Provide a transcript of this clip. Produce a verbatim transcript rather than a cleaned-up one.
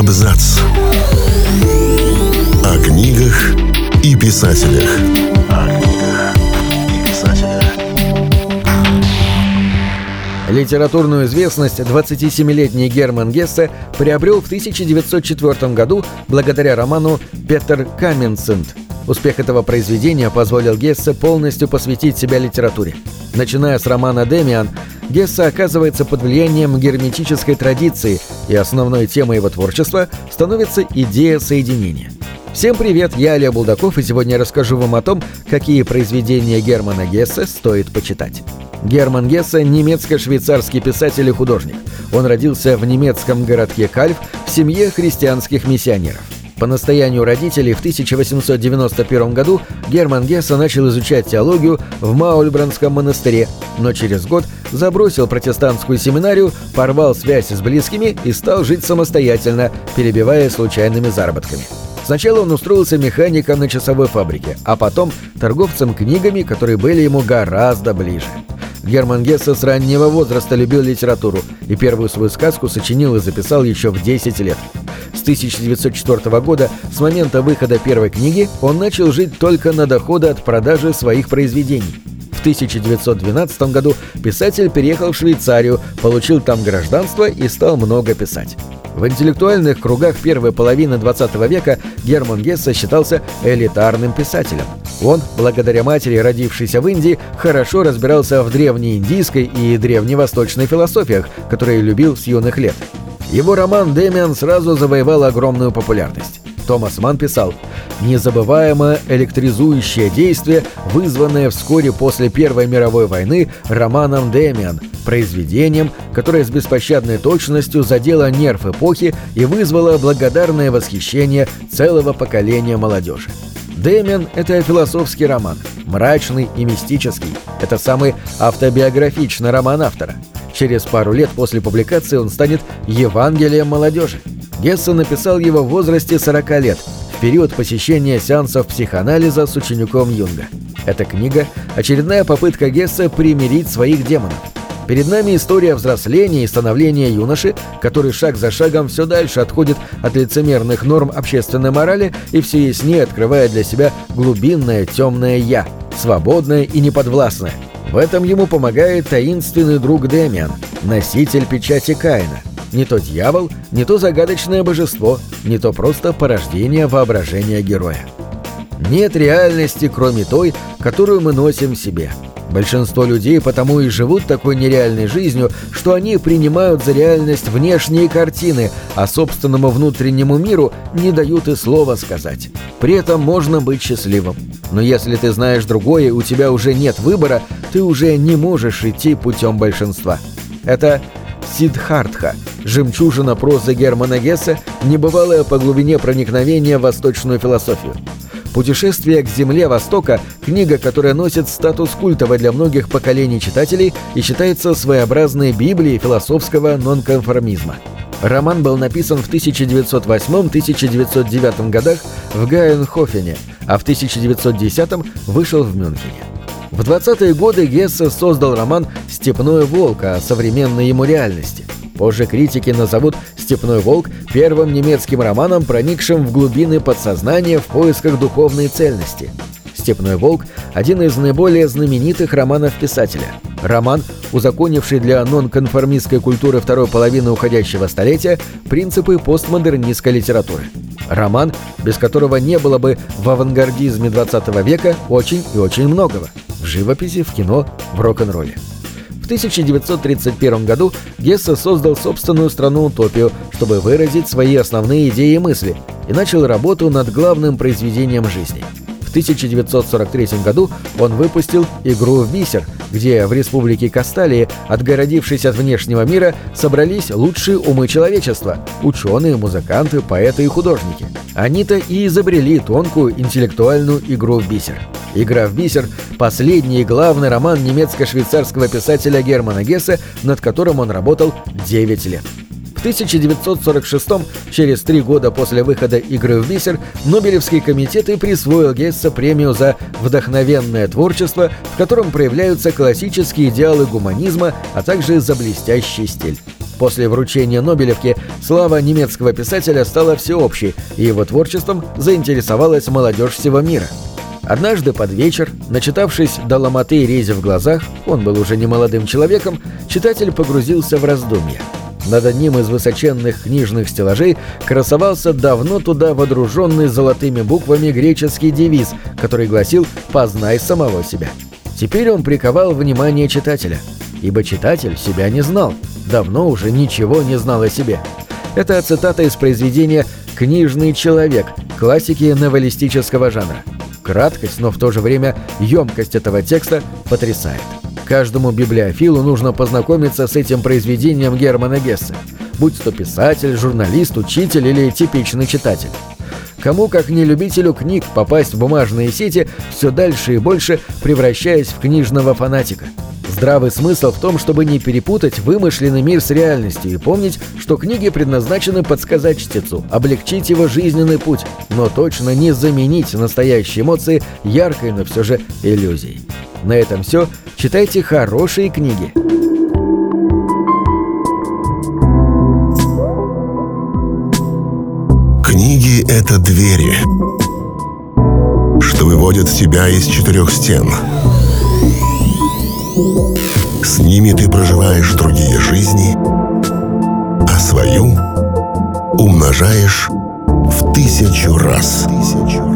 Абзац. О книгах и писателях. О книгах и писателях. Литературную известность двадцатисемилетний Герман Гессе приобрел в тысяча девятьсот четвёртом году благодаря роману «Петер Каменценд». Успех этого произведения позволил Гессе полностью посвятить себя литературе. Начиная с романа «Демиан», Гессе оказывается под влиянием герметической традиции, и основной темой его творчества становится идея соединения. Всем привет, я Илья Булдаков, и сегодня я расскажу вам о том, какие произведения Германа Гессе стоит почитать. Герман Гессе – немецко-швейцарский писатель и художник. Он родился в немецком городке Кальв в семье христианских миссионеров. По настоянию родителей в тысяча восемьсот девяносто первом году Герман Гессе начал изучать теологию в Маульбронском монастыре, но через год забросил протестантскую семинарию, порвал связь с близкими и стал жить самостоятельно, перебивая случайными заработками. Сначала он устроился механиком на часовой фабрике, а потом торговцем книгами, которые были ему гораздо ближе. Герман Гессе с раннего возраста любил литературу и первую свою сказку сочинил и записал еще в десять лет. С тысяча девятьсот четвёртого года, с момента выхода первой книги, он начал жить только на доходы от продажи своих произведений. В тысяча девятьсот двенадцатом году писатель переехал в Швейцарию, получил там гражданство и стал много писать. В интеллектуальных кругах первой половины двадцатого века Герман Гессе считался элитарным писателем. Он, благодаря матери, родившейся в Индии, хорошо разбирался в древнеиндийской и древневосточной философиях, которые любил с юных лет. Его роман «Демиан» сразу завоевал огромную популярность. Томас Манн писал: «Незабываемое электризующее действие, вызванное вскоре после Первой мировой войны романом «Демиан», произведением, которое с беспощадной точностью задело нерв эпохи и вызвало благодарное восхищение целого поколения молодежи». «Демиан» — это философский роман, мрачный и мистический. Это самый автобиографичный роман автора. Через пару лет после публикации он станет Евангелием молодежи. Гессе написал его в возрасте сорока лет, в период посещения сеансов психоанализа с учеником Юнга. Эта книга – очередная попытка Гессе примирить своих демонов. Перед нами история взросления и становления юноши, который шаг за шагом все дальше отходит от лицемерных норм общественной морали и все яснее открывает для себя глубинное темное «я», свободное и неподвластное. В этом ему помогает таинственный друг Демиан, носитель печати Каина. Не то дьявол, не то загадочное божество, не то просто порождение воображения героя. Нет реальности, кроме той, которую мы носим в себе. Большинство людей потому и живут такой нереальной жизнью, что они принимают за реальность внешние картины, а собственному внутреннему миру не дают и слова сказать. При этом можно быть счастливым. Но если ты знаешь другое, у тебя уже нет выбора, ты уже не можешь идти путем большинства. Это Сиддхартха, жемчужина прозы Германа Гессе, небывалая по глубине проникновения в восточную философию. «Путешествие к земле Востока» — книга, которая носит статус культовой для многих поколений читателей и считается своеобразной библией философского нонконформизма. Роман был написан в тысяча девятьсот восьмом — тысяча девятьсот девятом годах в Гайенхофене, а в тысяча девятьсот десятом вышел в Мюнхене. В двадцатые годы Гессе создал роман «Степной волк» о современной ему реальности. Позже критики назовут «Степной волк» первым немецким романом, проникшим в глубины подсознания в поисках духовной цельности. «Степной волк» — один из наиболее знаменитых романов писателя. Роман, узаконивший для нонконформистской культуры второй половины уходящего столетия принципы постмодернистской литературы. Роман, без которого не было бы в авангардизме двадцатого века очень и очень многого. В живописи, в кино, в рок-н-ролле. В тысяча девятьсот тридцать первом году Гессе создал собственную страну-утопию, чтобы выразить свои основные идеи и мысли, и начал работу над главным произведением жизни. В тысяча девятьсот сорок третьем году он выпустил «Игру в бисер», где в республике Касталии, отгородившись от внешнего мира, собрались лучшие умы человечества – ученые, музыканты, поэты и художники. Они-то и изобрели тонкую интеллектуальную игру в бисер. «Игра в бисер» – последний и главный роман немецко-швейцарского писателя Германа Гессе, над которым он работал девять лет. В тысяча девятьсот сорок шестом, через три года после выхода «Игры в бисер», Нобелевский комитет и присвоил Гессе премию за вдохновенное творчество, в котором проявляются классические идеалы гуманизма, а также за блестящий стиль. После вручения Нобелевки слава немецкого писателя стала всеобщей, и его творчеством заинтересовалась молодежь всего мира. Однажды под вечер, начитавшись до ломоты и рези в глазах, он был уже не молодым человеком, читатель погрузился в раздумья. Над одним из высоченных книжных стеллажей красовался давно туда водруженный золотыми буквами греческий девиз, который гласил «Познай самого себя». Теперь он приковал внимание читателя, ибо читатель себя не знал, давно уже ничего не знал о себе. Это цитата из произведения «Книжный человек» классики новеллистического жанра. Краткость, но в то же время емкость этого текста потрясает. Каждому библиофилу нужно познакомиться с этим произведением Германа Гессе, будь то писатель, журналист, учитель или типичный читатель. Кому, как не любителю книг, попасть в бумажные сети, все дальше и больше превращаясь в книжного фанатика. Здравый смысл в том, чтобы не перепутать вымышленный мир с реальностью и помнить, что книги предназначены подсказать чтецу, облегчить его жизненный путь, но точно не заменить настоящие эмоции яркой, но все же иллюзией. На этом все. Читайте хорошие книги. Книги — это двери, что выводят тебя из четырех стен. С ними ты проживаешь другие жизни, а свою умножаешь в тысячу раз. Тысячу.